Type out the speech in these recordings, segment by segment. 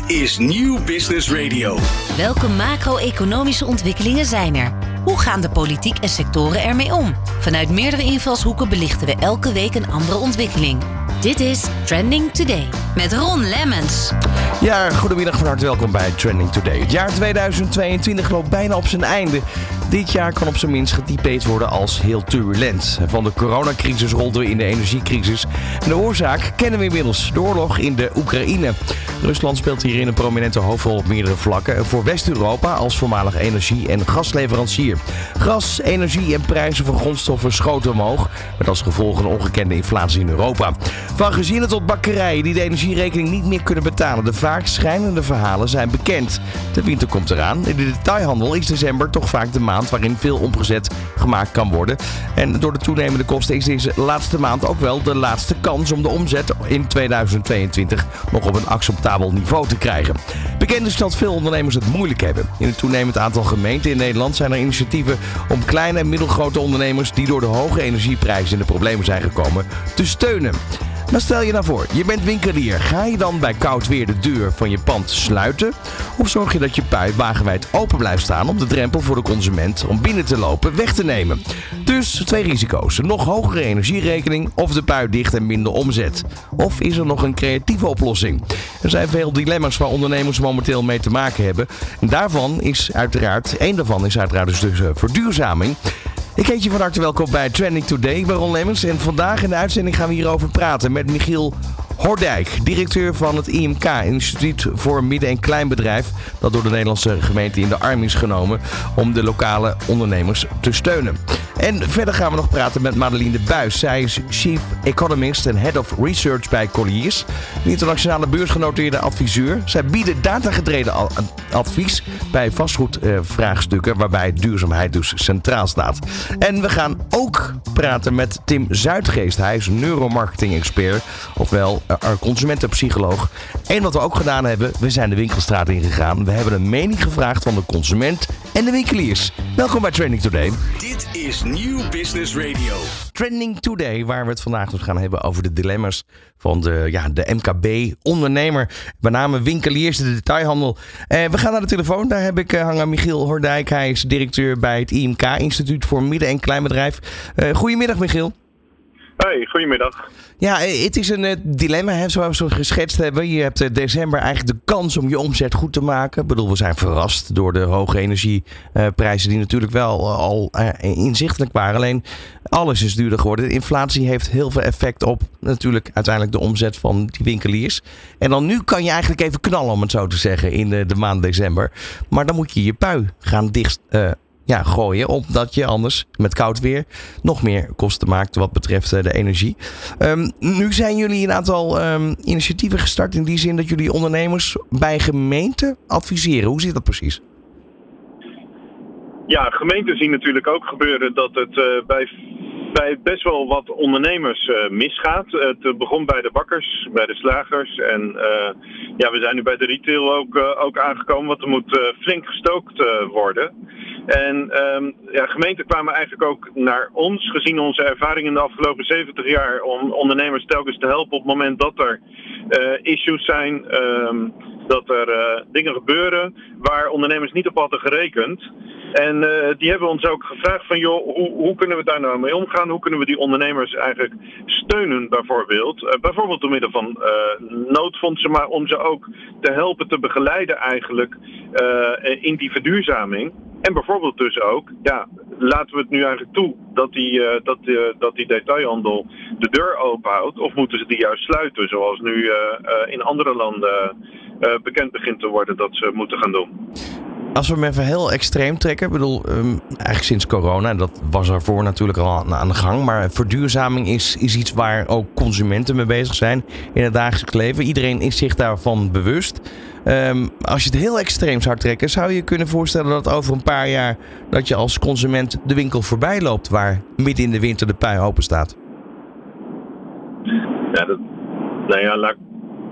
is Nieuw Business Radio. Welke macro-economische ontwikkelingen zijn er? Hoe gaan de politiek en sectoren ermee om? Vanuit meerdere invalshoeken belichten we elke week een andere ontwikkeling. Dit is Trending Today met Ron Lemmens. Ja, goedemiddag, van harte welkom bij Trending Today. Het jaar 2022 loopt bijna op zijn einde. Dit jaar kan op zijn minst getypeerd worden als heel turbulent. Van de coronacrisis rolden we in de energiecrisis. En de oorzaak kennen we inmiddels, de oorlog in de Oekraïne. Rusland speelt hierin een prominente hoofdrol op meerdere vlakken. Voor West-Europa als voormalig energie- en gasleverancier. Gas, energie en prijzen van grondstoffen schoten omhoog. Met als gevolg een ongekende inflatie in Europa. Van gezinnen tot bakkerijen die de energierekening niet meer kunnen betalen. De vaak schrijnende verhalen zijn bekend. De winter komt eraan. In de detailhandel is december toch vaak de maand waarin veel omgezet gemaakt kan worden. En door de toenemende kosten is deze laatste maand ook wel de laatste kans om de omzet in 2022 nog op een acceptabel niveau te krijgen. Bekend is dat veel ondernemers het moeilijk hebben. In het toenemend aantal gemeenten in Nederland zijn er initiatieven om kleine en middelgrote ondernemers die door de hoge energieprijzen in de problemen zijn gekomen te steunen. Maar stel je nou voor, je bent winkelier. Ga je dan bij koud weer de deur van je pand sluiten? Of zorg je dat je pui wagenwijd open blijft staan om de drempel voor de consument om binnen te lopen weg te nemen? Dus twee risico's. Een nog hogere energierekening of de pui dicht en minder omzet. Of is er nog een creatieve oplossing? Er zijn veel dilemma's waar ondernemers momenteel mee te maken hebben. En één daarvan is uiteraard dus verduurzaming. Ik heet je van harte welkom bij Trending Today. Ik ben Ron Lemmens en vandaag in de uitzending gaan we hierover praten met Michiel Hordijk, directeur van het IMK, Instituut voor Midden- en Kleinbedrijf, dat door de Nederlandse gemeente in de arm is genomen om de lokale ondernemers te steunen. En verder gaan we nog praten met Madeleine de Buys. Zij is Chief Economist en Head of Research bij Colliers, een internationale beursgenoteerde adviseur. Zij bieden datagedreven advies bij vastgoedvraagstukken waarbij duurzaamheid dus centraal staat. En we gaan ook praten met Tim Zuidgeest. Hij is neuromarketing-expert, ofwel consumentenpsycholoog. En wat we ook gedaan hebben, we zijn de winkelstraat ingegaan. We hebben een mening gevraagd van de consument en de winkeliers. Welkom bij Trending Today. Dit is Nieuw Business Radio. Trending Today, waar we het vandaag dus gaan hebben over de dilemma's van de MKB-ondernemer. Met name winkeliers, de detailhandel. We gaan naar de telefoon. Daar heb ik hangen Michiel Hordijk. Hij is directeur bij het IMK, Instituut voor Midden- en Kleinbedrijf. Goedemiddag, Michiel. Hoi, goedemiddag. Ja, het is een dilemma, zoals we geschetst hebben. Je hebt december eigenlijk de kans om je omzet goed te maken. Ik bedoel, we zijn verrast door de hoge energieprijzen die natuurlijk wel al inzichtelijk waren. Alleen, alles is duurder geworden. De inflatie heeft heel veel effect op natuurlijk uiteindelijk de omzet van die winkeliers. En dan nu kan je eigenlijk even knallen, om het zo te zeggen, in de maand december. Maar dan moet je je pui gaan gooien, omdat je anders met koud weer nog meer kosten maakt wat betreft de energie. Nu zijn jullie een aantal initiatieven gestart in die zin dat jullie ondernemers bij gemeenten adviseren. Hoe zit dat precies? Ja, gemeenten zien natuurlijk ook gebeuren dat het bij best wel wat ondernemers misgaat. Het begon bij de bakkers, bij de slagers en we zijn nu bij de retail ook aangekomen, want er moet flink gestookt worden. En gemeenten kwamen eigenlijk ook naar ons, gezien onze ervaring in de afgelopen 70 jaar, om ondernemers telkens te helpen op het moment dat er issues zijn, dat er dingen gebeuren waar ondernemers niet op hadden gerekend. En die hebben ons ook gevraagd van hoe kunnen we daar nou mee omgaan? Hoe kunnen we die ondernemers eigenlijk steunen bijvoorbeeld? Bijvoorbeeld door middel van noodfondsen, maar om ze ook te helpen te begeleiden eigenlijk in die verduurzaming. En bijvoorbeeld dus ook, laten we het nu eigenlijk toe dat die detailhandel de deur open houdt? Of moeten ze die juist sluiten, zoals nu in andere landen bekend begint te worden dat ze moeten gaan doen? Als we hem even heel extreem trekken, ik bedoel, eigenlijk sinds corona, en dat was ervoor natuurlijk al aan de gang, maar verduurzaming is iets waar ook consumenten mee bezig zijn in het dagelijks leven. Iedereen is zich daarvan bewust. Als je het heel extreem zou trekken, zou je kunnen voorstellen dat over een paar jaar dat je als consument de winkel voorbij loopt waar midden in de winter de pui open staat?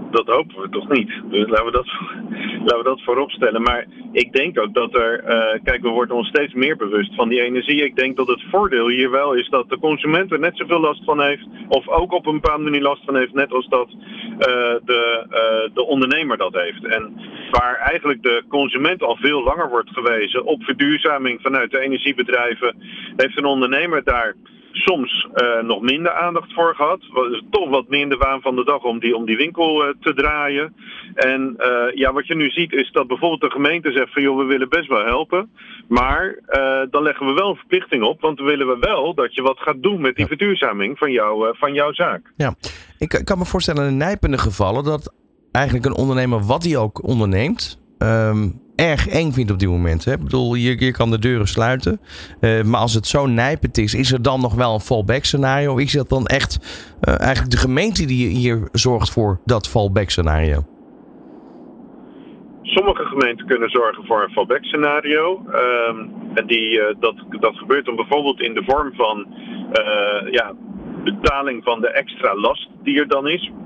dat hopen we toch niet. Dus laten we dat voorop stellen. Maar ik denk ook dat kijk, we worden ons steeds meer bewust van die energie. Ik denk dat het voordeel hier wel is dat de consument er net zoveel last van heeft. Of ook op een bepaalde manier last van heeft. Net als dat de ondernemer dat heeft. En waar eigenlijk de consument al veel langer wordt gewezen op verduurzaming vanuit de energiebedrijven, heeft een ondernemer daar soms nog minder aandacht voor gehad. Toch wat meer in de waan van de dag om die winkel te draaien. En wat je nu ziet is dat bijvoorbeeld de gemeente zegt van joh, we willen best wel helpen. Maar dan leggen we wel een verplichting op. Want dan willen we wel dat je wat gaat doen met die verduurzaming van jouw zaak. Ja, ik kan me voorstellen in nijpende gevallen dat eigenlijk een ondernemer wat hij ook onderneemt erg eng vindt op dit moment. Hè? Ik bedoel, je kan de deuren sluiten. Maar als het zo nijpend is er dan nog wel een fallback scenario? Of is dat dan echt eigenlijk de gemeente die hier zorgt voor dat fallback scenario? Sommige gemeenten kunnen zorgen voor een fallback scenario. En dat gebeurt dan bijvoorbeeld in de vorm van betaling van de extra last die er dan is.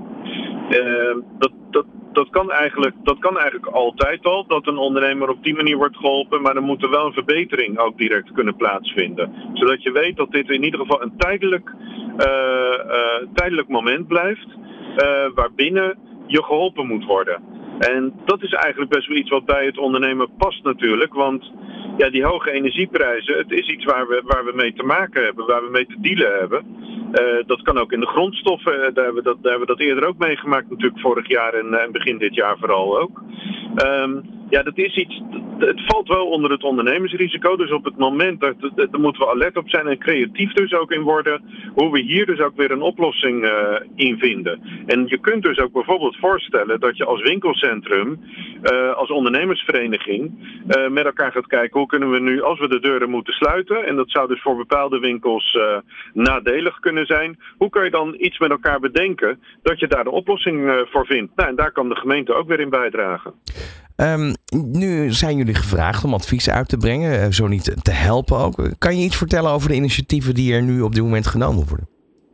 Dat kan eigenlijk altijd al, dat een ondernemer op die manier wordt geholpen, maar dan moet er wel een verbetering ook direct kunnen plaatsvinden. Zodat je weet dat dit in ieder geval een tijdelijk moment blijft, waarbinnen je geholpen moet worden. En dat is eigenlijk best wel iets wat bij het ondernemen past natuurlijk, want ja, die hoge energieprijzen, het is iets waar we mee te maken hebben, waar we mee te dealen hebben. Dat kan ook in de grondstoffen, daar hebben we dat eerder ook meegemaakt natuurlijk vorig jaar en begin dit jaar vooral ook. Dat is iets, het valt wel onder het ondernemersrisico, dus op het moment, daar moeten we alert op zijn en creatief dus ook in worden, hoe we hier dus ook weer een oplossing in vinden. En je kunt dus ook bijvoorbeeld voorstellen dat je als winkelcentrum, als ondernemersvereniging, met elkaar gaat kijken hoe kunnen we nu, als we de deuren moeten sluiten, en dat zou dus voor bepaalde winkels nadelig kunnen zijn, hoe kan je dan iets met elkaar bedenken dat je daar de oplossing voor vindt? Nou, en daar kan de gemeente ook weer in bijdragen. Nu zijn jullie gevraagd om advies uit te brengen, zo niet te helpen ook. Kan je iets vertellen over de initiatieven die er nu op dit moment genomen worden?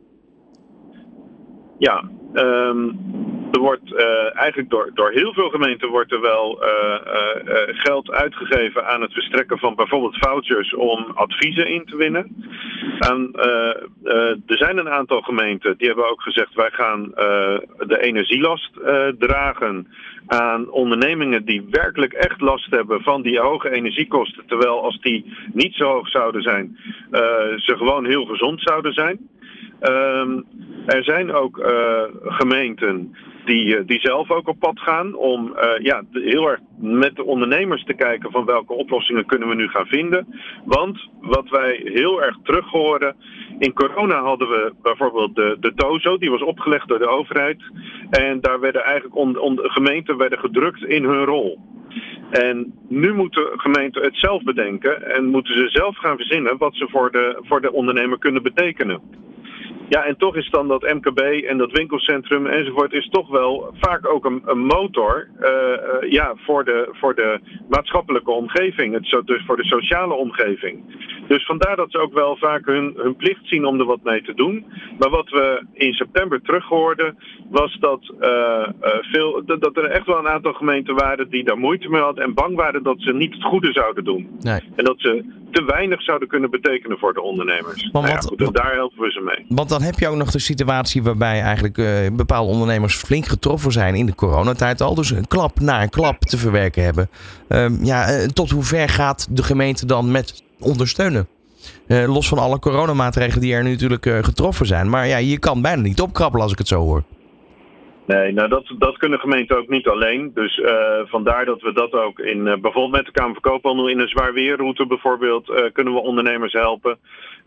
Ja, er wordt eigenlijk door heel veel gemeenten wordt er wel geld uitgegeven aan het verstrekken van bijvoorbeeld vouchers om adviezen in te winnen. Er zijn een aantal gemeenten die hebben ook gezegd wij gaan de energielast dragen aan ondernemingen die werkelijk echt last hebben van die hoge energiekosten. Terwijl als die niet zo hoog zouden zijn, ze gewoon heel gezond zouden zijn. Er zijn ook gemeenten die zelf ook op pad gaan om heel erg met de ondernemers te kijken van welke oplossingen kunnen we nu gaan vinden. Want wat wij heel erg terug horen, in corona hadden we bijvoorbeeld de TOZO, die was opgelegd door de overheid. En daar werden eigenlijk gemeenten werden gedrukt in hun rol. En nu moeten gemeenten het zelf bedenken en moeten ze zelf gaan verzinnen wat ze voor de ondernemer kunnen betekenen. Ja, en toch is dan dat MKB en dat winkelcentrum enzovoort is toch wel vaak ook een motor voor de maatschappelijke omgeving, dus voor de sociale omgeving. Dus vandaar dat ze ook wel vaak hun plicht zien om er wat mee te doen. Maar wat we in september terughoorden was dat er echt wel een aantal gemeenten waren die daar moeite mee hadden en bang waren dat ze niet het goede zouden doen. Nee. En dat ze te weinig zouden kunnen betekenen voor de ondernemers. En daar helpen we ze mee. Want dan heb je ook nog de situatie waarbij eigenlijk bepaalde ondernemers flink getroffen zijn in de coronatijd al. Dus een klap na een klap te verwerken hebben. Tot hoe ver gaat de gemeente dan met ondersteunen? Los van alle coronamaatregelen die er nu natuurlijk getroffen zijn. Maar ja, je kan bijna niet opkrabbelen als ik het zo hoor. Nee, nou dat kunnen gemeenten ook niet alleen. Dus vandaar dat we dat ook in bijvoorbeeld met de Kamer van Koophandel in een zwaar weerroute bijvoorbeeld kunnen we ondernemers helpen.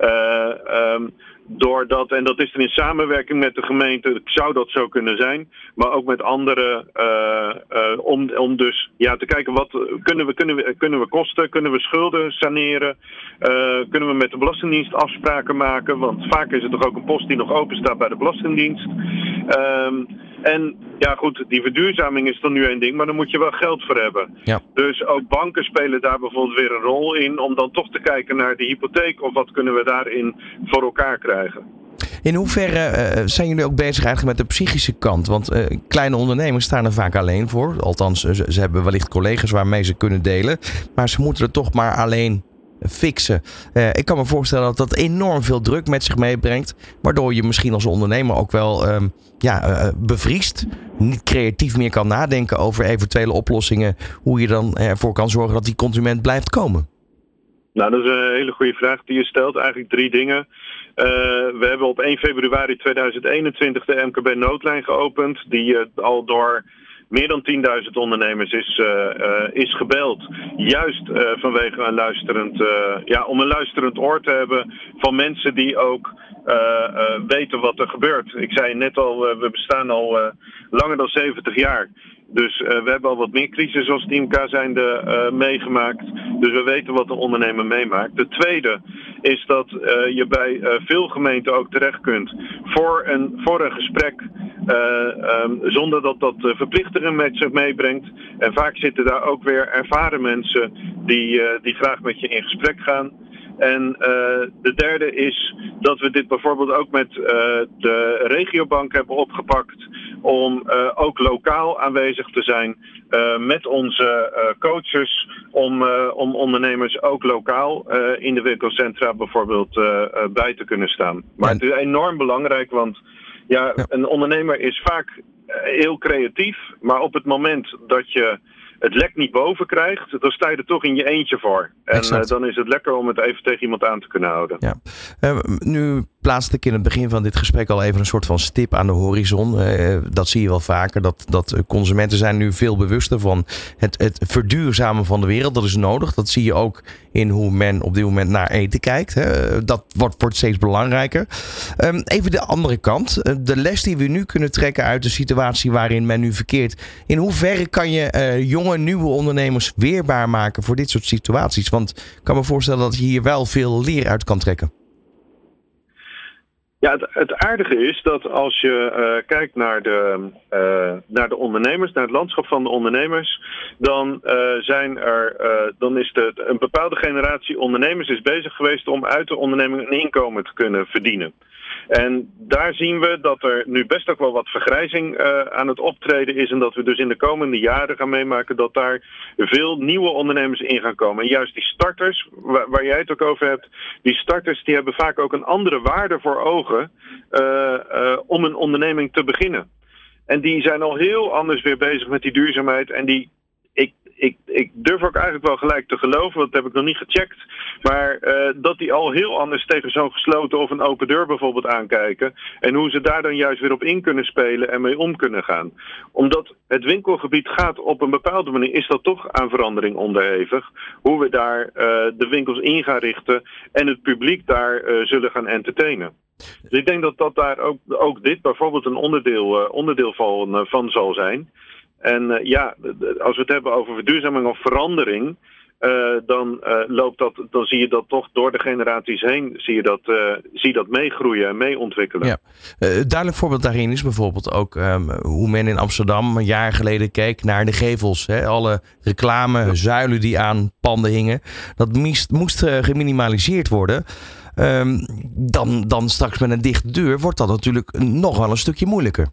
Doordat, en dat is dan in samenwerking met de gemeente, zou dat zo kunnen zijn, maar ook met anderen om dus te kijken wat kunnen we kosten, kunnen we schulden saneren, kunnen we met de Belastingdienst afspraken maken, want vaak is het toch ook een post die nog open staat bij de Belastingdienst. En ja goed, die verduurzaming is dan nu één ding, maar dan moet je wel geld voor hebben. Ja. Dus ook banken spelen daar bijvoorbeeld weer een rol in om dan toch te kijken naar de hypotheek of wat kunnen we daarin voor elkaar krijgen. In hoeverre zijn jullie ook bezig eigenlijk met de psychische kant? Want kleine ondernemers staan er vaak alleen voor. Althans, ze hebben wellicht collega's waarmee ze kunnen delen. Maar ze moeten het toch maar alleen fixen. Ik kan me voorstellen dat dat enorm veel druk met zich meebrengt. Waardoor je misschien als ondernemer ook wel bevriest. Niet creatief meer kan nadenken over eventuele oplossingen. Hoe je dan ervoor kan zorgen dat die consument blijft komen. Nou, dat is een hele goede vraag die je stelt. Eigenlijk 3 dingen. We hebben op 1 februari 2021 de MKB-noodlijn geopend. Die al door meer dan 10.000 ondernemers is gebeld. Juist vanwege om een luisterend oor te hebben van mensen die ook weten wat er gebeurt. Ik zei net al, we bestaan al langer dan 70 jaar. Dus we hebben al wat meer crisis als Team K zijnde meegemaakt. Dus we weten wat de ondernemer meemaakt. De tweede is dat je bij veel gemeenten ook terecht kunt voor een gesprek. Zonder dat dat verplichtingen met zich meebrengt. En vaak zitten daar ook weer ervaren mensen die graag met je in gesprek gaan. En de derde is dat we dit bijvoorbeeld ook met de regiobank hebben opgepakt om ook lokaal aanwezig te zijn met onze coaches om ondernemers ook lokaal in de winkelcentra bijvoorbeeld bij te kunnen staan. Maar het is enorm belangrijk, want een ondernemer is vaak heel creatief, maar op het moment dat je het lek niet boven krijgt, dan sta je er toch in je eentje voor. En dan is het lekker om het even tegen iemand aan te kunnen houden. Ja. Nu plaatste ik in het begin van dit gesprek al even een soort van stip aan de horizon. Dat zie je wel vaker. Dat consumenten zijn nu veel bewuster van het verduurzamen van de wereld. Dat is nodig. Dat zie je ook in hoe men op dit moment naar eten kijkt. Dat wordt steeds belangrijker. Even de andere kant. De les die we nu kunnen trekken uit de situatie waarin men nu verkeert. In hoeverre kan je jonge, nieuwe ondernemers weerbaar maken voor dit soort situaties? Want ik kan me voorstellen dat je hier wel veel leer uit kan trekken. Ja, het aardige is dat als je kijkt naar de ondernemers, naar het landschap van de ondernemers, dan is een bepaalde generatie ondernemers is bezig geweest om uit de onderneming een inkomen te kunnen verdienen. En daar zien we dat er nu best ook wel wat vergrijzing aan het optreden is. En dat we dus in de komende jaren gaan meemaken dat daar veel nieuwe ondernemers in gaan komen. En juist die starters, waar jij het ook over hebt, die starters die hebben vaak ook een andere waarde voor ogen om een onderneming te beginnen. En die zijn al heel anders weer bezig met die duurzaamheid. En ik durf ook eigenlijk wel gelijk te geloven, want dat heb ik nog niet gecheckt. Maar dat die al heel anders tegen zo'n gesloten of een open deur bijvoorbeeld aankijken. En hoe ze daar dan juist weer op in kunnen spelen en mee om kunnen gaan. Omdat het winkelgebied gaat op een bepaalde manier, is dat toch aan verandering onderhevig. Hoe we daar de winkels in gaan richten en het publiek daar zullen gaan entertainen. Dus ik denk dat daar ook dit bijvoorbeeld een onderdeel van zal zijn. En als we het hebben over verduurzaming of verandering, dan zie je dat toch door de generaties heen, zie je dat meegroeien en mee ontwikkelen. Ja. Duidelijk voorbeeld daarin is bijvoorbeeld ook hoe men in Amsterdam een jaar geleden keek naar de gevels. Alle reclame, zuilen die aan panden hingen. Dat moest geminimaliseerd worden. Dan straks met een dichte deur wordt dat natuurlijk nog wel een stukje moeilijker.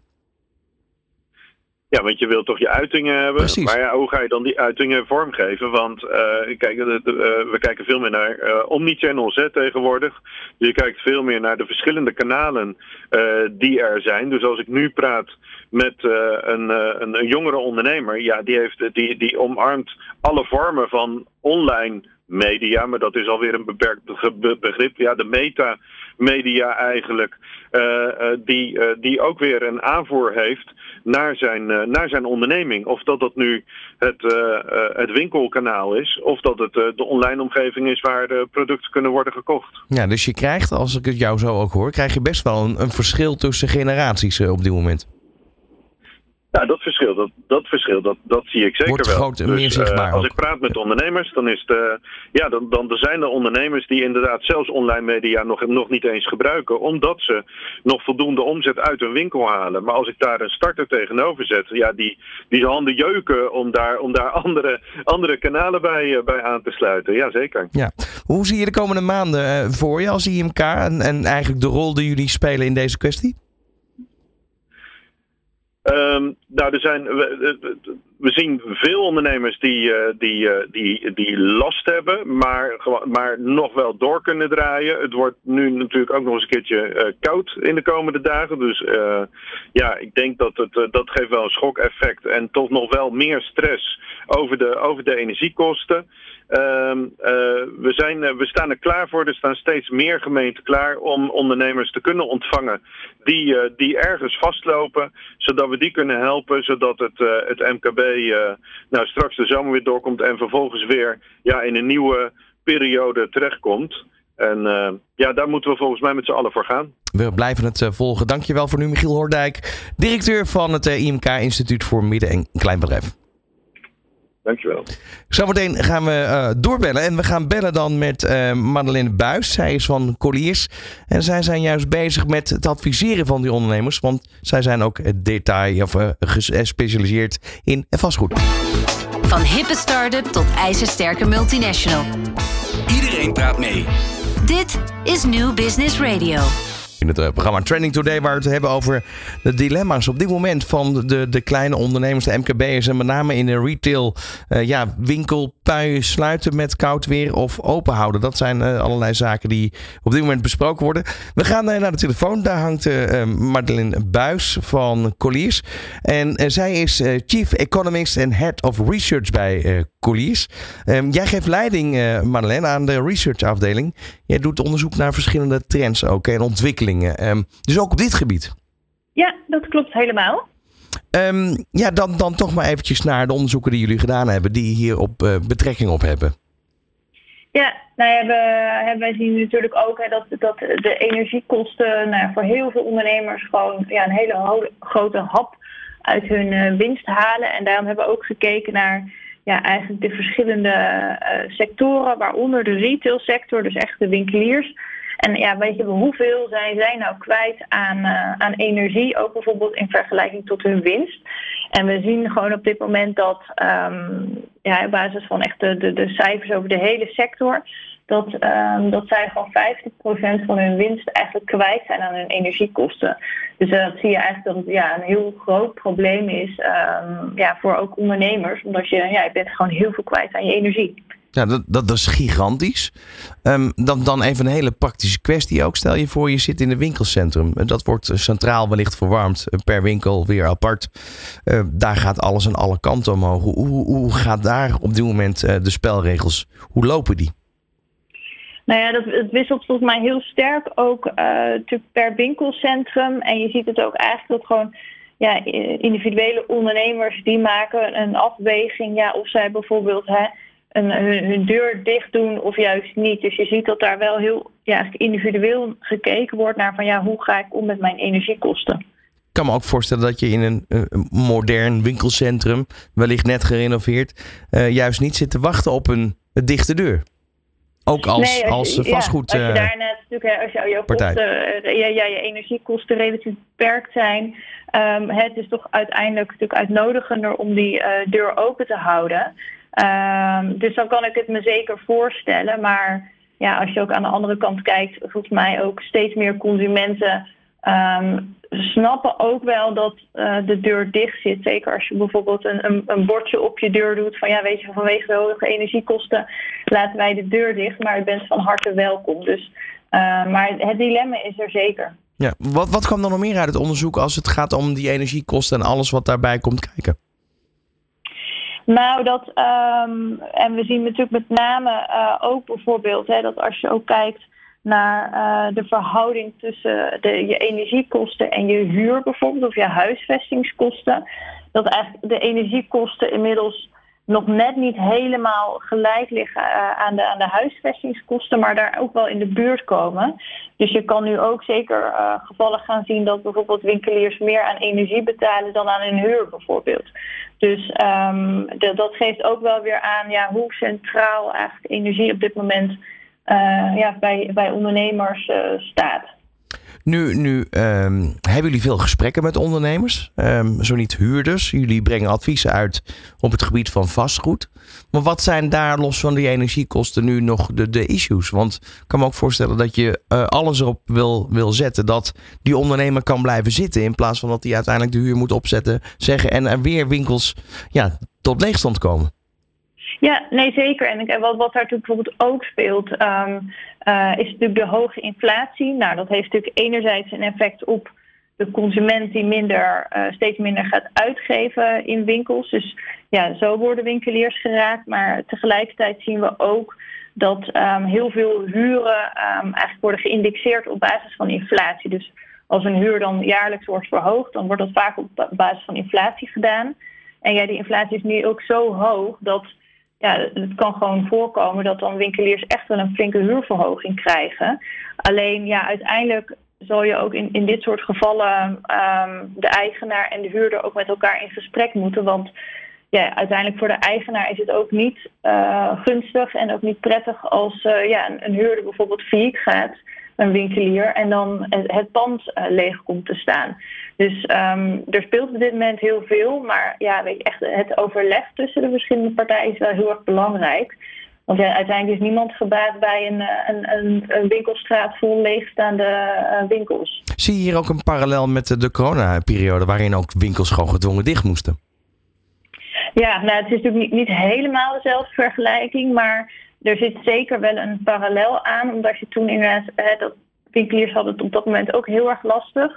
Ja, want je wilt toch je uitingen hebben. Precies. Maar hoe ga je dan die uitingen vormgeven? Want we kijken veel meer naar omnichannels tegenwoordig. Dus je kijkt veel meer naar de verschillende kanalen die er zijn. Dus als ik nu praat met een jongere ondernemer, die omarmt alle vormen van online media, maar dat is alweer een beperkt begrip. Ja, de metamedia eigenlijk, die ook weer een aanvoer heeft naar zijn onderneming. Of dat nu het winkelkanaal is, of dat het de online omgeving is waar de producten kunnen worden gekocht. Ja, dus je krijgt, als ik het jou zo ook hoor, krijg je best wel een verschil tussen generaties op dit moment. Ja, dat verschil, dat zie ik zeker wordt wel. Groot, meer zichtbaar als ik praat met ondernemers, dan is dan zijn er ondernemers die inderdaad zelfs online media nog niet eens gebruiken, omdat ze nog voldoende omzet uit hun winkel halen. Maar als ik daar een starter tegenover zet, die handen jeuken om daar andere kanalen bij aan te sluiten. Ja, zeker. Ja. Hoe zie je de komende maanden voor je als IMK en eigenlijk de rol die jullie spelen in deze kwestie? We zien veel ondernemers die last hebben, maar nog wel door kunnen draaien. Het wordt nu natuurlijk ook nog eens een keertje koud in de komende dagen. Dus ik denk dat geeft wel een schokeffect en toch nog wel meer stress over de energiekosten. We staan er klaar voor. Er staan steeds meer gemeenten klaar om ondernemers te kunnen ontvangen die ergens vastlopen, zodat we die kunnen helpen, zodat het MKB straks de zomer weer doorkomt en vervolgens weer in een nieuwe periode terechtkomt. En daar moeten we volgens mij met z'n allen voor gaan. We blijven het volgen. Dankjewel voor nu, Michiel Hoordijk, directeur van het IMK Instituut voor Midden- en Kleinbedrijf. Dankjewel. Zometeen gaan we doorbellen en we gaan bellen dan met Madeleine Buys. Zij is van Colliers en zij zijn juist bezig met het adviseren van die ondernemers, want zij zijn ook gespecialiseerd in vastgoed. Van hippe start-up tot ijzersterke multinational. Iedereen praat mee. Dit is New Business Radio. In het programma Trending Today, waar we het hebben over de dilemma's op dit moment van de kleine ondernemers, de MKB'ers en met name in de retail. Winkelpuien sluiten met koud weer of open houden. Dat zijn allerlei zaken die op dit moment besproken worden. We gaan naar de telefoon. Daar hangt Madeleine Buys van Colliers. En zij is Chief Economist en Head of Research bij Colliers. Jij geeft leiding, Madeleine, aan de research afdeling. Jij doet onderzoek naar verschillende trends ook en ontwikkelingen. Dus ook op dit gebied. Ja, dat klopt helemaal. Dan toch maar eventjes naar de onderzoeken die jullie gedaan hebben, die hier betrekking op hebben. Ja, wij zien natuurlijk ook dat de energiekosten voor heel veel ondernemers gewoon een hele grote hap uit hun winst halen. En daarom hebben we ook gekeken naar eigenlijk de verschillende sectoren, waaronder de retailsector, dus echt de winkeliers. En hoeveel zijn zij nou kwijt aan energie, ook bijvoorbeeld in vergelijking tot hun winst. En we zien gewoon op dit moment dat op basis van echt de cijfers over de hele sector, dat zij gewoon 50% van hun winst eigenlijk kwijt zijn aan hun energiekosten. Dus dat zie je eigenlijk dat het een heel groot probleem is voor ook ondernemers, omdat je bent gewoon heel veel kwijt aan je energie. Ja, dat is gigantisch. Dan even een hele praktische kwestie ook. Stel je voor, je zit in een winkelcentrum. Dat wordt centraal wellicht verwarmd. Per winkel weer apart. Daar gaat alles aan alle kanten omhoog. Hoe gaat daar op dit moment de spelregels? Hoe lopen die? Het wisselt volgens mij heel sterk ook natuurlijk per winkelcentrum. En je ziet het ook eigenlijk dat gewoon individuele ondernemers die maken een afweging. Of zij bijvoorbeeld hun deur dicht doen of juist niet. Dus je ziet dat daar wel heel individueel gekeken wordt naar van hoe ga ik om met mijn energiekosten. Ik kan me ook voorstellen dat je in een modern winkelcentrum, wellicht net gerenoveerd, juist niet zit te wachten op een dichte deur. Ook als vastgoed. Als je daarnet natuurlijk, als je kosten, je energiekosten relatief beperkt zijn. Het is toch uiteindelijk natuurlijk uitnodigender om die deur open te houden. Dus dan kan ik het me zeker voorstellen. Maar als je ook aan de andere kant kijkt, volgens mij ook steeds meer consumenten snappen ook wel dat de deur dicht zit. Zeker als je bijvoorbeeld een bordje op je deur doet van vanwege de hoge energiekosten laten wij de deur dicht, maar je bent van harte welkom. Dus, maar het dilemma is er zeker. Ja, wat kwam er nog meer uit het onderzoek als het gaat om die energiekosten en alles wat daarbij komt kijken? En we zien natuurlijk met name ook bijvoorbeeld dat als je ook kijkt naar de verhouding tussen je energiekosten en je huur bijvoorbeeld, of je huisvestingskosten, dat eigenlijk de energiekosten inmiddels nog net niet helemaal gelijk liggen aan de huisvestingskosten, maar daar ook wel in de buurt komen. Dus je kan nu ook zeker gevallen gaan zien dat bijvoorbeeld winkeliers meer aan energie betalen dan aan hun huur bijvoorbeeld. Dus dat geeft ook wel weer aan hoe centraal eigenlijk energie op dit moment bij ondernemers staat. Nu hebben jullie veel gesprekken met ondernemers, zo niet huurders. Jullie brengen adviezen uit op het gebied van vastgoed. Maar wat zijn daar los van die energiekosten nu nog de issues? Want ik kan me ook voorstellen dat je alles erop wil zetten dat die ondernemer kan blijven zitten in plaats van dat hij uiteindelijk de huur moet opzetten, zeggen en er weer winkels tot leegstand komen. Ja, nee zeker. En wat daar natuurlijk bijvoorbeeld ook speelt, is natuurlijk de hoge inflatie. Nou, dat heeft natuurlijk enerzijds een effect op de consument die steeds minder gaat uitgeven in winkels. Dus ja, zo worden winkeliers geraakt. Maar tegelijkertijd zien we ook dat heel veel huren eigenlijk worden geïndexeerd op basis van inflatie. Dus als een huur dan jaarlijks wordt verhoogd, dan wordt dat vaak op basis van inflatie gedaan. En ja, die inflatie is nu ook zo hoog dat het kan gewoon voorkomen dat dan winkeliers echt wel een flinke huurverhoging krijgen. Alleen uiteindelijk zal je ook in dit soort gevallen de eigenaar en de huurder ook met elkaar in gesprek moeten. Want uiteindelijk voor de eigenaar is het ook niet gunstig en ook niet prettig als een huurder bijvoorbeeld failliet gaat, een winkelier, en dan het pand leeg komt te staan. Dus er speelt op dit moment heel veel, maar echt het overleg tussen de verschillende partijen is wel heel erg belangrijk. Want uiteindelijk is niemand gebaat bij een winkelstraat vol leegstaande winkels. Zie je hier ook een parallel met de coronaperiode waarin ook winkels gewoon gedwongen dicht moesten? Ja, het is natuurlijk niet helemaal dezelfde vergelijking, maar er zit zeker wel een parallel aan, omdat je toen inderdaad, dat winkeliers hadden het op dat moment ook heel erg lastig.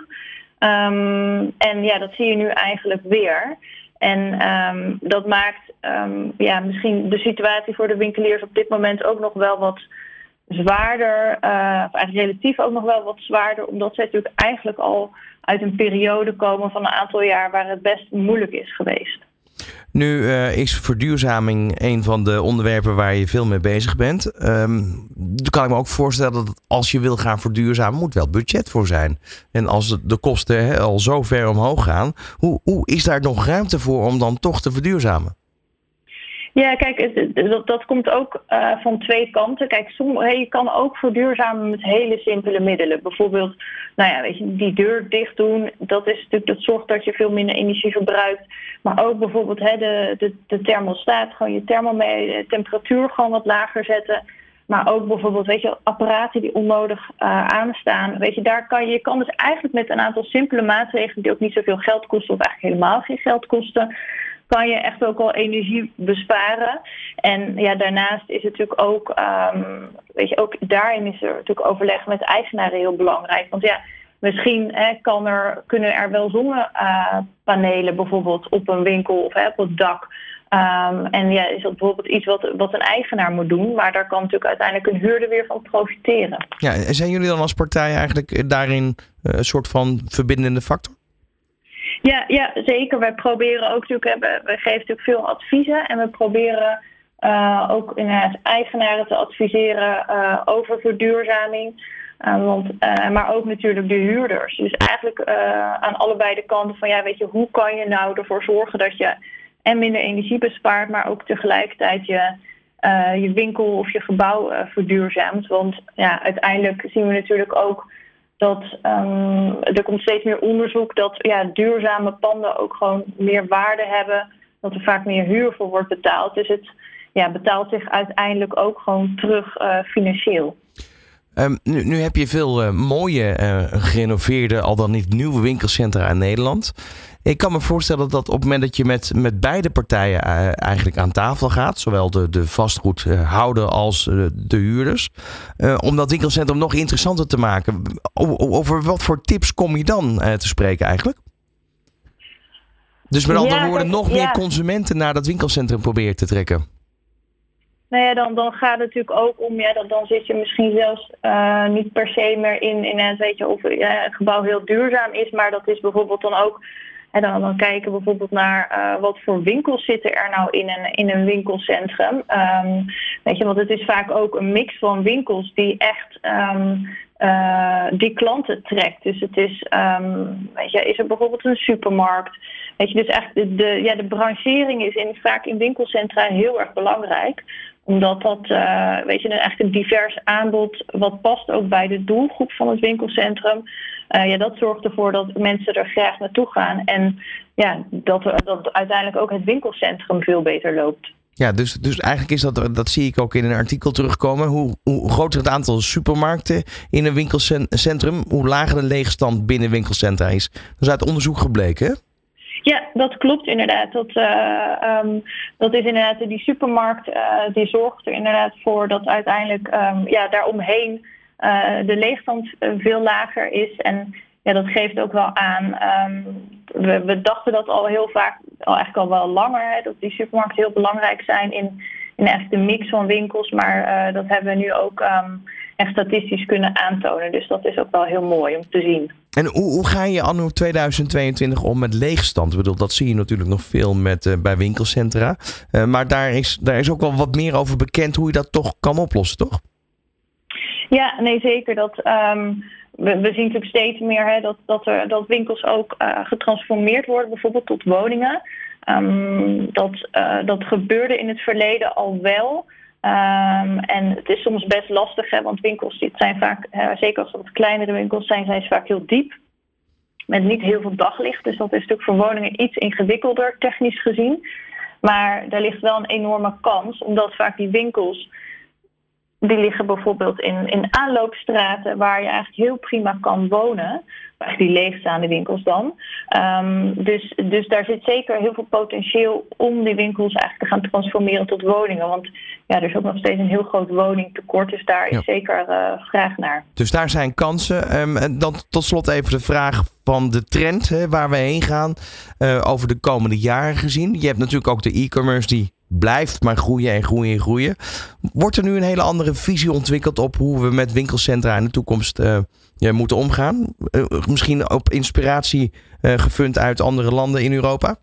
En dat zie je nu eigenlijk weer. En dat maakt misschien de situatie voor de winkeliers op dit moment ook nog wel wat zwaarder, of eigenlijk relatief ook nog wel wat zwaarder, omdat zij natuurlijk eigenlijk al uit een periode komen van een aantal jaar waar het best moeilijk is geweest. Nu is verduurzaming een van de onderwerpen waar je veel mee bezig bent. Dan kan ik me ook voorstellen dat als je wil gaan verduurzamen, moet wel budget voor zijn. En als de kosten al zo ver omhoog gaan, hoe is daar nog ruimte voor om dan toch te verduurzamen? Ja, kijk, dat komt ook van twee kanten. Kijk, je kan ook verduurzamen met hele simpele middelen. Bijvoorbeeld, die deur dicht doen. Dat zorgt dat je veel minder energie verbruikt. Maar ook bijvoorbeeld de thermostaat, gewoon je temperatuur gewoon wat lager zetten. Maar ook bijvoorbeeld, apparaten die onnodig aanstaan. Je kan dus eigenlijk met een aantal simpele maatregelen die ook niet zoveel geld kosten of eigenlijk helemaal geen geld kosten, kan je echt ook al energie besparen. En daarnaast is het natuurlijk ook, ook daarin is er natuurlijk overleg met eigenaren heel belangrijk. Want misschien kunnen er wel zonnepanelen bijvoorbeeld op een winkel of op het dak. Is dat bijvoorbeeld iets wat een eigenaar moet doen, maar daar kan natuurlijk uiteindelijk een huurder weer van profiteren. Ja, en zijn jullie dan als partij eigenlijk daarin een soort van verbindende factor? Ja, zeker. Wij proberen ook natuurlijk, we geven natuurlijk veel adviezen en we proberen ook inderdaad eigenaren te adviseren over verduurzaming. Maar ook natuurlijk de huurders. Dus eigenlijk aan allebei de kanten van hoe kan je nou ervoor zorgen dat je en minder energie bespaart, maar ook tegelijkertijd je winkel of je gebouw verduurzaamt. Want uiteindelijk zien we natuurlijk ook dat er komt steeds meer onderzoek dat duurzame panden ook gewoon meer waarde hebben, dat er vaak meer huur voor wordt betaald. Dus het betaalt zich uiteindelijk ook gewoon terug financieel. Nu heb je veel mooie gerenoveerde, al dan niet nieuwe winkelcentra in Nederland. Ik kan me voorstellen dat op het moment dat je met beide partijen eigenlijk aan tafel gaat, zowel de vastgoedhouder als de huurders, om dat winkelcentrum nog interessanter te maken. Over wat voor tips kom je dan te spreken eigenlijk? Dus met andere woorden, nog meer consumenten naar dat winkelcentrum proberen te trekken. Dan gaat het natuurlijk ook om, dan zit je misschien zelfs niet per se meer in of een gebouw heel duurzaam is, maar dat is bijvoorbeeld dan ook, dan kijken we bijvoorbeeld naar wat voor winkels zitten er nou in een winkelcentrum. Want het is vaak ook een mix van winkels die echt die klanten trekt. Dus het is, is er bijvoorbeeld een supermarkt? Weet je, dus eigenlijk de branchering is vaak in winkelcentra heel erg belangrijk. Omdat dat, eigenlijk een divers aanbod wat past ook bij de doelgroep van het winkelcentrum. Dat zorgt ervoor dat mensen er graag naartoe gaan. En dat uiteindelijk ook het winkelcentrum veel beter loopt. Ja, dus eigenlijk is dat zie ik ook in een artikel terugkomen. Hoe groter het aantal supermarkten in een winkelcentrum, hoe lager de leegstand binnen winkelcentra is. Dat is uit onderzoek gebleken, hè? Ja, dat klopt inderdaad. Dat is inderdaad die supermarkt die zorgt er inderdaad voor dat uiteindelijk daaromheen de leegstand veel lager is. En dat geeft ook wel aan. We dachten dat al heel vaak, eigenlijk al wel langer, dat die supermarkten heel belangrijk zijn in echt de mix van winkels. Maar dat hebben we nu ook echt statistisch kunnen aantonen. Dus dat is ook wel heel mooi om te zien. En hoe ga je anno 2022 om met leegstand? Ik bedoel, dat zie je natuurlijk nog veel bij winkelcentra. Maar daar is ook wel wat meer over bekend hoe je dat toch kan oplossen, toch? Ja, nee, zeker. We zien natuurlijk steeds meer dat winkels ook getransformeerd worden, bijvoorbeeld tot woningen. Dat gebeurde in het verleden al wel. En het is soms best lastig, want winkels zijn vaak, zeker als het kleinere winkels zijn ze vaak heel diep. Met niet heel veel daglicht. Dus dat is natuurlijk voor woningen iets ingewikkelder, technisch gezien. Maar daar ligt wel een enorme kans, omdat vaak die winkels, die liggen bijvoorbeeld in aanloopstraten waar je eigenlijk heel prima kan wonen. Die leegstaande winkels dan. Dus daar zit zeker heel veel potentieel om die winkels eigenlijk te gaan transformeren tot woningen. Want er is ook nog steeds een heel groot woningtekort. Dus daar is zeker vraag naar. Dus daar zijn kansen. En dan tot slot even de vraag van de trend, waar we heen gaan over de komende jaren gezien. Je hebt natuurlijk ook de e-commerce die blijft maar groeien en groeien en groeien. Wordt er nu een hele andere visie ontwikkeld op hoe we met winkelcentra in de toekomst moeten omgaan? Misschien op inspiratie gefund uit andere landen in Europa?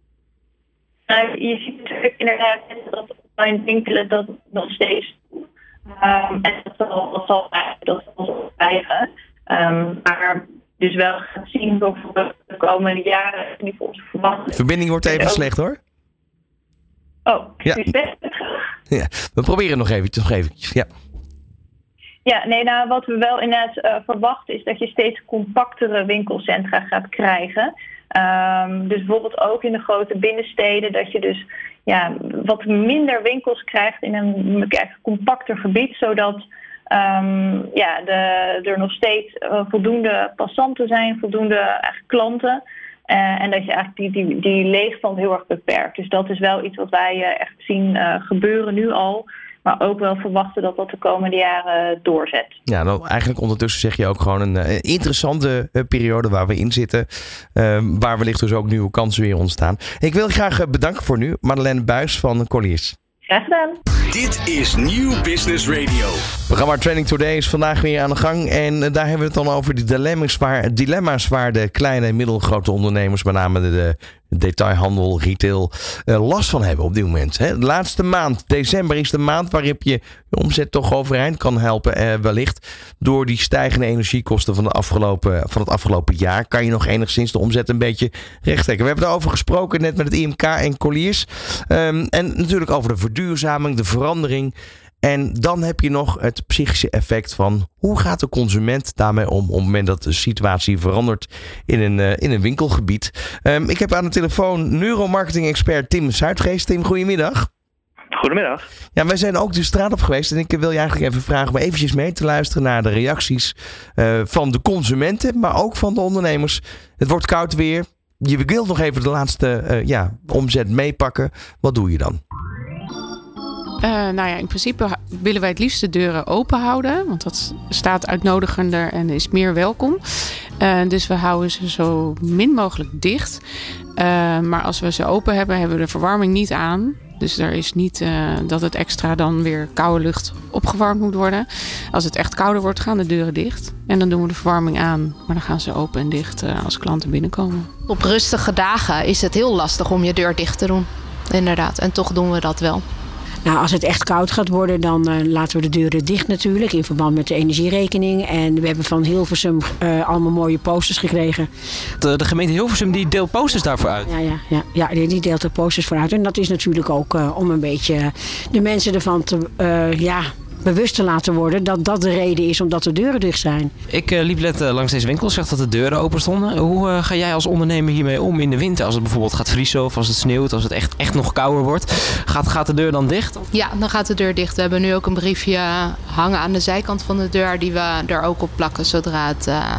Je ziet natuurlijk inderdaad dat online winkelen dat nog steeds en dat zal blijven. Maar dus wel gaan zien bijvoorbeeld de komende jaren in ieder geval verwachten. De verbinding wordt even slecht, hoor. Oh, ja. Ja, we proberen nog eventjes. Ja. Ja, nee, wat we wel inderdaad verwachten is dat je steeds compactere winkelcentra gaat krijgen. Dus bijvoorbeeld ook in de grote binnensteden, dat je dus wat minder winkels krijgt in een compacter gebied, zodat er nog steeds voldoende passanten zijn, voldoende klanten. En dat je eigenlijk die leegstand heel erg beperkt. Dus dat is wel iets wat wij echt zien gebeuren nu al. Maar ook wel verwachten dat de komende jaren doorzet. Ja, nou eigenlijk ondertussen zeg je ook gewoon een interessante periode waar we in zitten. Waar wellicht dus ook nieuwe kansen weer ontstaan. Ik wil graag bedanken voor nu. Madeleine Buijs van Colliers. Graag gedaan. Dit is Nieuw Business Radio. Het programma Trending Today is vandaag weer aan de gang. En daar hebben we het dan over die dilemma's waar de kleine en middelgrote ondernemers, met name de detailhandel, retail, last van hebben op dit moment. De laatste maand, december, is de maand waarop je omzet toch overeind kan helpen. Wellicht door die stijgende energiekosten van het afgelopen jaar. Kan je nog enigszins de omzet een beetje rechttrekken. We hebben daarover gesproken net met het IMK en Colliers. En natuurlijk over de verduurzaming, de verandering. En dan heb je nog het psychische effect van hoe gaat de consument daarmee om op het moment dat de situatie verandert in een winkelgebied. Ik heb aan de telefoon neuromarketing-expert Tim Zuidgeest. Tim, goedemiddag. Goedemiddag. Ja, wij zijn ook de straat op geweest en ik wil je eigenlijk even vragen om eventjes mee te luisteren naar de reacties van de consumenten, maar ook van de ondernemers. Het wordt koud weer. Je wilt nog even de laatste omzet meepakken. Wat doe je dan? In principe willen wij het liefst de deuren open houden. Want dat staat uitnodigender en is meer welkom. Dus we houden ze zo min mogelijk dicht. Maar als we ze open hebben, hebben we de verwarming niet aan. Dus er is niet dat het extra dan weer koude lucht opgewarmd moet worden. Als het echt kouder wordt, gaan de deuren dicht. En dan doen we de verwarming aan. Maar dan gaan ze open en dicht als klanten binnenkomen. Op rustige dagen is het heel lastig om je deur dicht te doen. Inderdaad. En toch doen we dat wel. Nou, als het echt koud gaat worden, dan laten we de deuren dicht natuurlijk. In verband met de energierekening. En we hebben van Hilversum allemaal mooie posters gekregen. De gemeente Hilversum die deelt posters daarvoor uit? Ja, die deelt er posters voor uit. En dat is natuurlijk ook om een beetje de mensen ervan te bewust te laten worden dat dat de reden is omdat de deuren dicht zijn. Ik liep net langs deze winkel, zag dat de deuren open stonden. Hoe ga jij als ondernemer hiermee om in de winter? Als het bijvoorbeeld gaat vriezen of als het sneeuwt, als het echt nog kouder wordt. Gaat de deur dan dicht? Ja, dan gaat de deur dicht. We hebben nu ook een briefje hangen aan de zijkant van de deur die we er ook op plakken zodra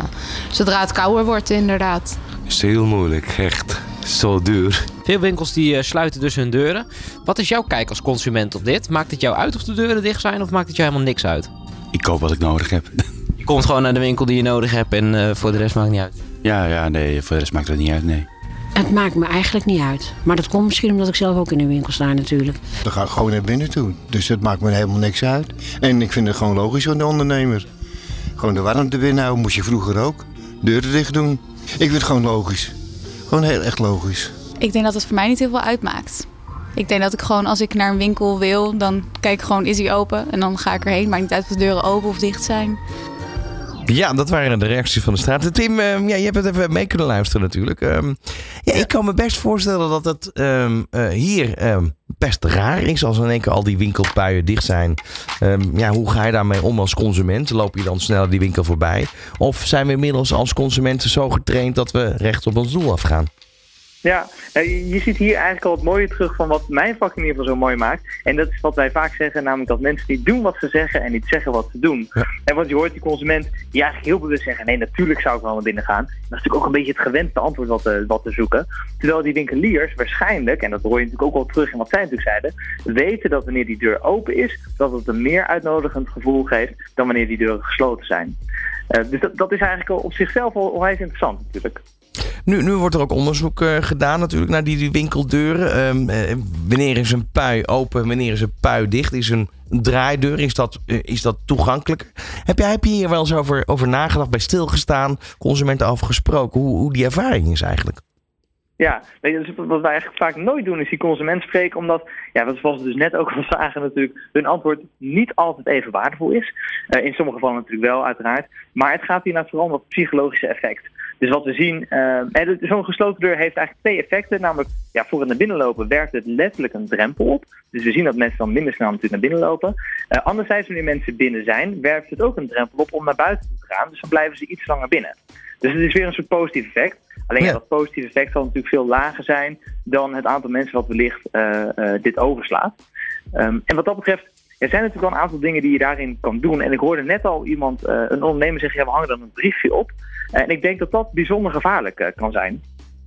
het kouder wordt inderdaad. Het is heel moeilijk, echt. Zo duur. Veel winkels die sluiten dus hun deuren. Wat is jouw kijk als consument op dit? Maakt het jou uit of de deuren dicht zijn of maakt het jou helemaal niks uit? Ik koop wat ik nodig heb. Je komt gewoon naar de winkel die je nodig hebt en voor de rest maakt het niet uit? Nee, voor de rest maakt het niet uit, nee. Het maakt me eigenlijk niet uit. Maar dat komt misschien omdat ik zelf ook in de winkel sta natuurlijk. Dan ga ik gewoon naar binnen toe. Dus het maakt me helemaal niks uit. En ik vind het gewoon logisch van de ondernemer. Gewoon de warmte binnenhouden moest je vroeger ook. Deuren dicht doen. Ik vind het gewoon logisch. Gewoon heel echt logisch. Ik denk dat het voor mij niet heel veel uitmaakt. Ik denk dat ik gewoon, als ik naar een winkel wil, dan kijk ik gewoon, is die open? En dan ga ik erheen. Maakt niet uit of de deuren open of dicht zijn. Ja, dat waren de reacties van de straat. Tim, je hebt het even mee kunnen luisteren natuurlijk. Ik kan me best voorstellen dat het hier best raar is als in één keer al die winkelpuien dicht zijn. Hoe ga je daarmee om als consument? Loop je dan sneller die winkel voorbij? Of zijn we inmiddels als consumenten zo getraind dat we recht op ons doel afgaan? Ja, je ziet hier eigenlijk al het mooie terug van wat mijn vak in ieder geval zo mooi maakt. En dat is wat wij vaak zeggen, namelijk dat mensen niet doen wat ze zeggen en niet zeggen wat ze doen. Ja. En want je hoort die consument die eigenlijk heel bewust zeggen, nee, natuurlijk zou ik wel naar binnen gaan. Dat is natuurlijk ook een beetje het gewenste antwoord wat te zoeken. Terwijl die winkeliers waarschijnlijk, en dat hoor je natuurlijk ook wel terug in wat zij natuurlijk zeiden, weten dat wanneer die deur open is, dat het een meer uitnodigend gevoel geeft dan wanneer die deuren gesloten zijn. Dus dat is eigenlijk al op zichzelf al onwijs interessant natuurlijk. Nu wordt er ook onderzoek gedaan natuurlijk naar die winkeldeuren. Wanneer is een pui open, wanneer is een pui dicht? Is een draaideur, is dat toegankelijk? Heb je hier wel eens over nagedacht, bij stilgestaan, consumenten afgesproken? Hoe die ervaring is eigenlijk? Ja, dus wat wij eigenlijk vaak nooit doen is die consument spreken, omdat, zoals we dus net ook al zagen natuurlijk, hun antwoord niet altijd even waardevol is. In sommige gevallen natuurlijk wel, uiteraard. Maar het gaat hier naar vooral om dat psychologische effect. Dus wat we zien, zo'n gesloten deur heeft eigenlijk twee effecten. Namelijk, voor het naar binnen lopen werkt het letterlijk een drempel op. Dus we zien dat mensen dan minder snel natuurlijk naar binnen lopen. Anderzijds, wanneer mensen binnen zijn, werpt het ook een drempel op om naar buiten te gaan. Dus dan blijven ze iets langer binnen. Dus het is weer een soort positief effect. Alleen dat positieve effect zal natuurlijk veel lager zijn dan het aantal mensen wat wellicht dit overslaat. En wat dat betreft, er zijn natuurlijk wel een aantal dingen die je daarin kan doen. En ik hoorde net al een ondernemer zeggen, we hangen dan een briefje op. En ik denk dat dat bijzonder gevaarlijk kan zijn.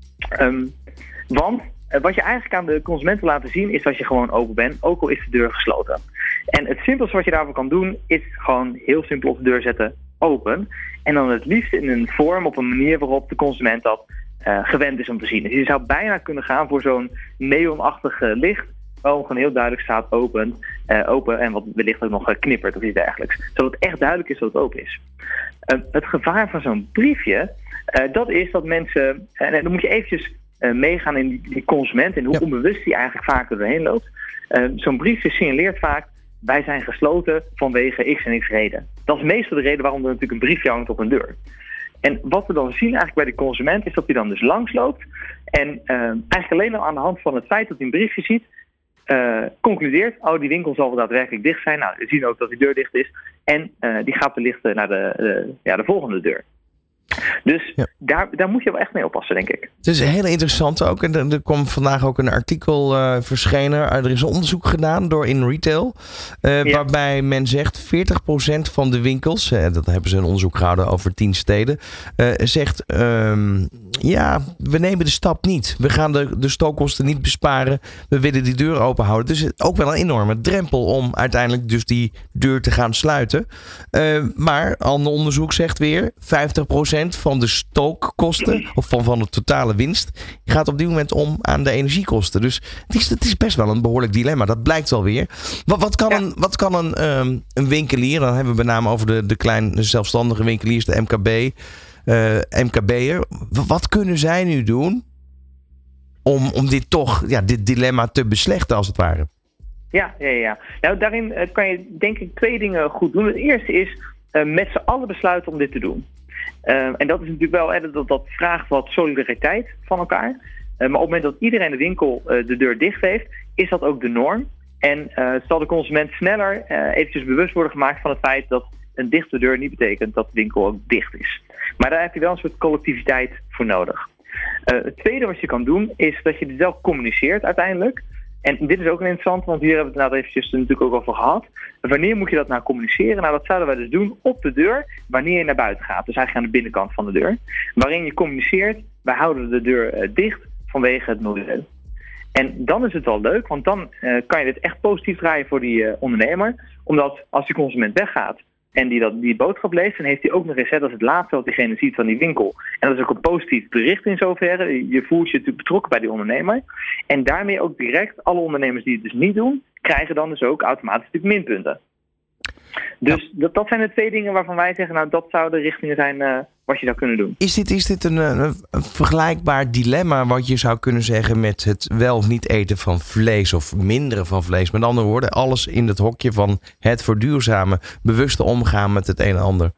Want wat je eigenlijk aan de consument wil laten zien is dat je gewoon open bent, ook al is de deur gesloten. En het simpelste wat je daarvoor kan doen is gewoon heel simpel op de deur zetten, open. En dan het liefst in een vorm, op een manier waarop de consument dat gewend is om te zien. Dus je zou bijna kunnen gaan voor zo'n neonachtig licht, waarop gewoon heel duidelijk staat open en wat wellicht ook nog knippert of iets dergelijks. Zodat het echt duidelijk is dat het open is. Het gevaar van zo'n briefje, dat is dat mensen, en dan moet je eventjes meegaan in die consument en hoe onbewust die eigenlijk vaak er doorheen loopt. Zo'n briefje signaleert vaak, wij zijn gesloten vanwege x en x reden. Dat is meestal de reden waarom er natuurlijk een briefje hangt op een deur. En wat we dan zien eigenlijk bij de consument is dat hij dan dus langsloopt en eigenlijk alleen al aan de hand van het feit dat hij een briefje ziet, concludeert, die winkel zal wel daadwerkelijk dicht zijn. Nou, we zien ook dat die deur dicht is. En die gaat wellicht naar de volgende deur. Dus daar moet je wel echt mee oppassen, denk ik. Het is heel interessant ook. En er kwam vandaag ook een artikel verschenen. Er is een onderzoek gedaan door InRetail. Waarbij men zegt 40% van de winkels, dat hebben ze een onderzoek gehouden over 10 steden, zegt we nemen de stap niet. We gaan de stookkosten niet besparen. We willen die deur open houden. Dus ook wel een enorme drempel om uiteindelijk dus die deur te gaan sluiten. Maar ander onderzoek zegt weer 50% van de stookkosten of van de totale winst gaat op dit moment om aan de energiekosten. Dus het is best wel een behoorlijk dilemma. Dat blijkt wel weer. Wat kan een winkelier, dan hebben we met name over de kleine zelfstandige winkeliers, de MKB'er. Wat kunnen zij nu doen om dit dilemma te beslechten als het ware? Ja. Nou, daarin kan je denk ik 2 dingen goed doen. Het eerste is met z'n allen besluiten om dit te doen. En dat is natuurlijk wel, dat vraagt wat solidariteit van elkaar. Maar op het moment dat iedereen de winkel de deur dicht heeft, is dat ook de norm. En zal de consument sneller eventjes bewust worden gemaakt van het feit dat een dichte deur niet betekent dat de winkel ook dicht is. Maar daar heb je wel een soort collectiviteit voor nodig. Het tweede wat je kan doen is dat je dit wel communiceert uiteindelijk. En dit is ook interessant, want hier hebben we het eventjes natuurlijk ook over gehad. Wanneer moet je dat nou communiceren? Nou, dat zouden wij dus doen op de deur wanneer je naar buiten gaat. Dus eigenlijk aan de binnenkant van de deur. Waarin je communiceert, wij houden de deur dicht vanwege het milieu. En dan is het wel leuk, want dan kan je dit echt positief draaien voor die ondernemer. Omdat als die consument weggaat en die boodschap leest, dan heeft hij ook nog eens, dat is het laatste wat diegene ziet van die winkel. En dat is ook een positief bericht in zoverre. Je voelt je natuurlijk betrokken bij die ondernemer. En daarmee ook direct alle ondernemers die het dus niet doen, krijgen dan dus ook automatisch natuurlijk minpunten. Dus dat zijn de 2 dingen waarvan wij zeggen, nou dat zouden richtingen zijn wat je zou kunnen doen. Is dit een vergelijkbaar dilemma wat je zou kunnen zeggen met het wel of niet eten van vlees of minderen van vlees? Met andere woorden, alles in het hokje van het verduurzamen, bewuste omgaan met het een en ander.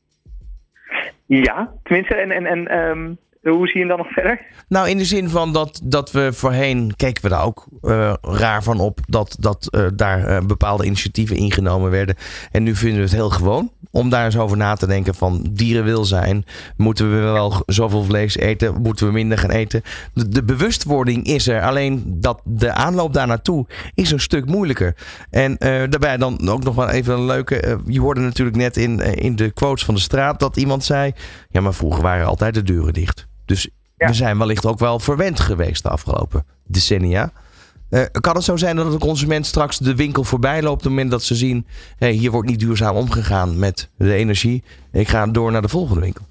Ja, tenminste, en hoe zie je hem dan nog verder? Nou, in de zin van dat we voorheen keken we daar ook raar van op dat daar bepaalde initiatieven ingenomen werden. En nu vinden we het heel gewoon om daar eens over na te denken van dierenwelzijn. Moeten we wel zoveel vlees eten? Moeten we minder gaan eten? De bewustwording is er. Alleen dat de aanloop daar naartoe is een stuk moeilijker. En daarbij dan ook nog wel even een leuke. Je hoorde natuurlijk net in de quotes van de straat dat iemand zei, ja, maar vroeger waren altijd de deuren dicht. Dus we zijn wellicht ook wel verwend geweest de afgelopen decennia. Kan het zo zijn dat de consument straks de winkel voorbij loopt op het moment dat ze zien, hey, hier wordt niet duurzaam omgegaan met de energie. Ik ga door naar de volgende winkel.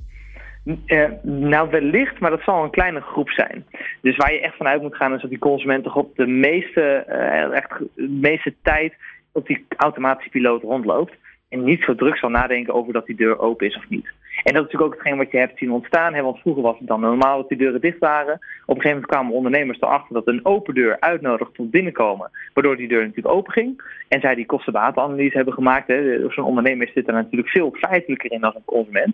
Nou, wellicht, maar dat zal een kleine groep zijn. Dus waar je echt vanuit moet gaan is dat die consument toch op de meeste tijd op die automatische piloot rondloopt. En niet zo druk zal nadenken over dat die deur open is of niet. En dat is natuurlijk ook hetgeen wat je hebt zien ontstaan. Want vroeger was het dan normaal dat die deuren dicht waren. Op een gegeven moment kwamen ondernemers erachter dat een open deur uitnodigt tot binnenkomen. Waardoor die deur natuurlijk open ging. En zij die kosten-batenanalyse hebben gemaakt. Zo'n ondernemer zit er natuurlijk veel feitelijker in dan een consument.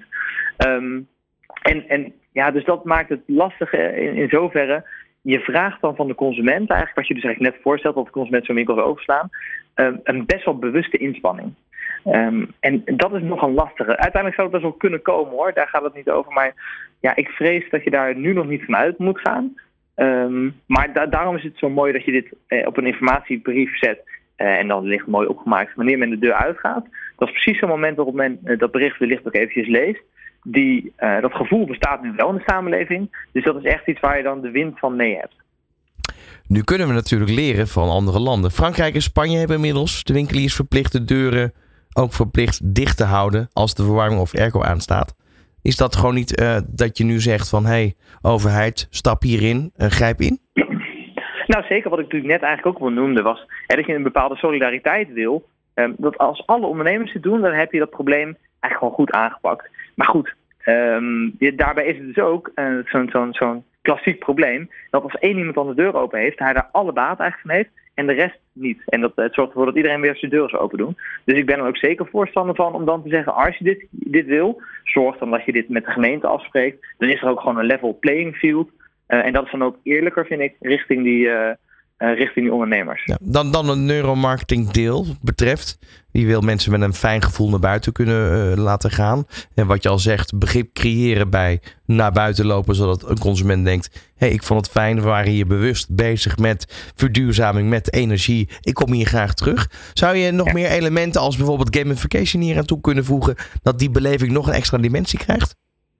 Dus dat maakt het lastig in zoverre. Je vraagt dan van de consument eigenlijk, wat je dus eigenlijk net voorstelt, dat de consument zo'n winkel zou overslaan, een best wel bewuste inspanning. En dat is nogal lastiger. Uiteindelijk zou het best wel kunnen komen hoor, daar gaat het niet over. Maar ja, ik vrees dat je daar nu nog niet vanuit moet gaan. Maar daarom is het zo mooi dat je dit op een informatiebrief zet. En dan ligt mooi opgemaakt wanneer men de deur uitgaat. Dat is precies zo'n moment waarop men dat bericht wellicht ook eventjes leest. Dat gevoel bestaat nu wel in de samenleving. Dus dat is echt iets waar je dan de wind van mee hebt. Nu kunnen we natuurlijk leren van andere landen. Frankrijk en Spanje hebben inmiddels de winkeliers verplicht de deuren ook verplicht dicht te houden als de verwarming of airco aanstaat. Is dat gewoon niet dat je nu zegt van hey, overheid, stap hierin, grijp in? Nou zeker, wat ik natuurlijk net eigenlijk ook wel noemde was dat je een bepaalde solidariteit wil. Dat als alle ondernemers het doen, dan heb je dat probleem eigenlijk gewoon goed aangepakt. Maar goed, daarbij is het dus ook zo'n klassiek probleem dat als één iemand dan de deur open heeft, hij daar alle baat eigenlijk van heeft en de rest niet. En dat het zorgt ervoor dat iedereen weer zijn deur zou open doen. Dus ik ben er ook zeker voorstander van om dan te zeggen, als je dit wil, zorg dan dat je dit met de gemeente afspreekt. Dan is er ook gewoon een level playing field. En dat is dan ook eerlijker, vind ik, richting die ondernemers. Ja, dan een neuromarketing deel betreft. Die wil mensen met een fijn gevoel naar buiten kunnen laten gaan. En wat je al zegt, begrip creëren bij naar buiten lopen, zodat een consument denkt, hey, ik vond het fijn, we waren hier bewust bezig met verduurzaming, met energie. Ik kom hier graag terug. Zou je nog meer elementen als bijvoorbeeld gamification hier aan toe kunnen voegen, dat die beleving nog een extra dimensie krijgt?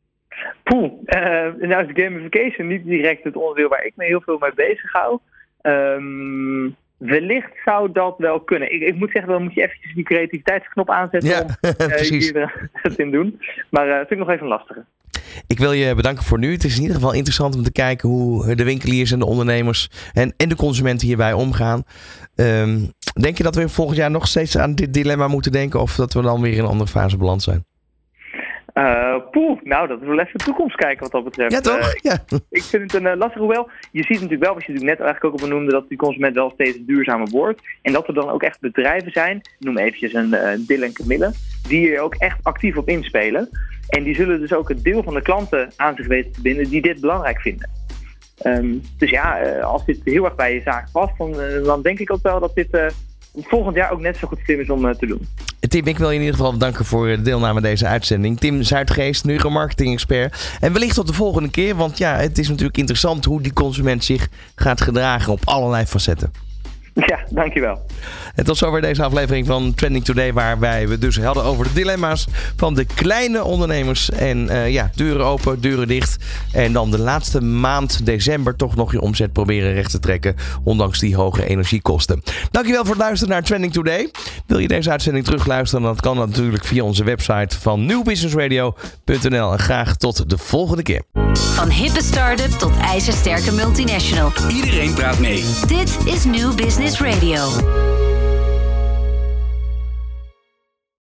Nou is gamification niet direct het onderdeel waar ik me heel veel mee bezig hou. Wellicht zou dat wel kunnen. Ik moet zeggen, dan moet je eventjes die creativiteitsknop aanzetten om hier het in doen. Maar dat vind ik nog even lastige. Ik wil je bedanken voor nu. Het is in ieder geval interessant om te kijken hoe de winkeliers en de ondernemers en de consumenten hierbij omgaan. Denk je dat we volgend jaar nog steeds aan dit dilemma moeten denken of dat we dan weer in een andere fase beland zijn? Nou, dat is wel even de toekomst kijken wat dat betreft. Ja, toch? Ja. Ik vind het een lastig. Hoewel, je ziet natuurlijk wel, wat je natuurlijk net eigenlijk ook al benoemde, dat die consument wel steeds duurzamer wordt. En dat er dan ook echt bedrijven zijn, noem eventjes een Dill en Camille, die er ook echt actief op inspelen. En die zullen dus ook het deel van de klanten aan zich weten te binden die dit belangrijk vinden. Dus ja, als dit heel erg bij je zaak past, dan denk ik ook wel dat dit volgend jaar ook net zo goed slim is om te doen. Tim, ik wil je in ieder geval bedanken voor de deelname aan deze uitzending. Tim Zuidgeest, neuromarketing-expert. En wellicht tot de volgende keer, want ja, het is natuurlijk interessant hoe die consument zich gaat gedragen op allerlei facetten. Ja, dankjewel. En tot zover deze aflevering van Trending Today, waarbij we dus hadden over de dilemma's van de kleine ondernemers. En deuren open, deuren dicht. En dan de laatste maand december toch nog je omzet proberen recht te trekken, ondanks die hoge energiekosten. Dankjewel voor het luisteren naar Trending Today. Wil je deze uitzending terugluisteren, dan kan dat natuurlijk via onze website van newbusinessradio.nl. En graag tot de volgende keer. Van hippe start-up tot ijzersterke multinational. Iedereen praat mee. Dit is New Business Radio.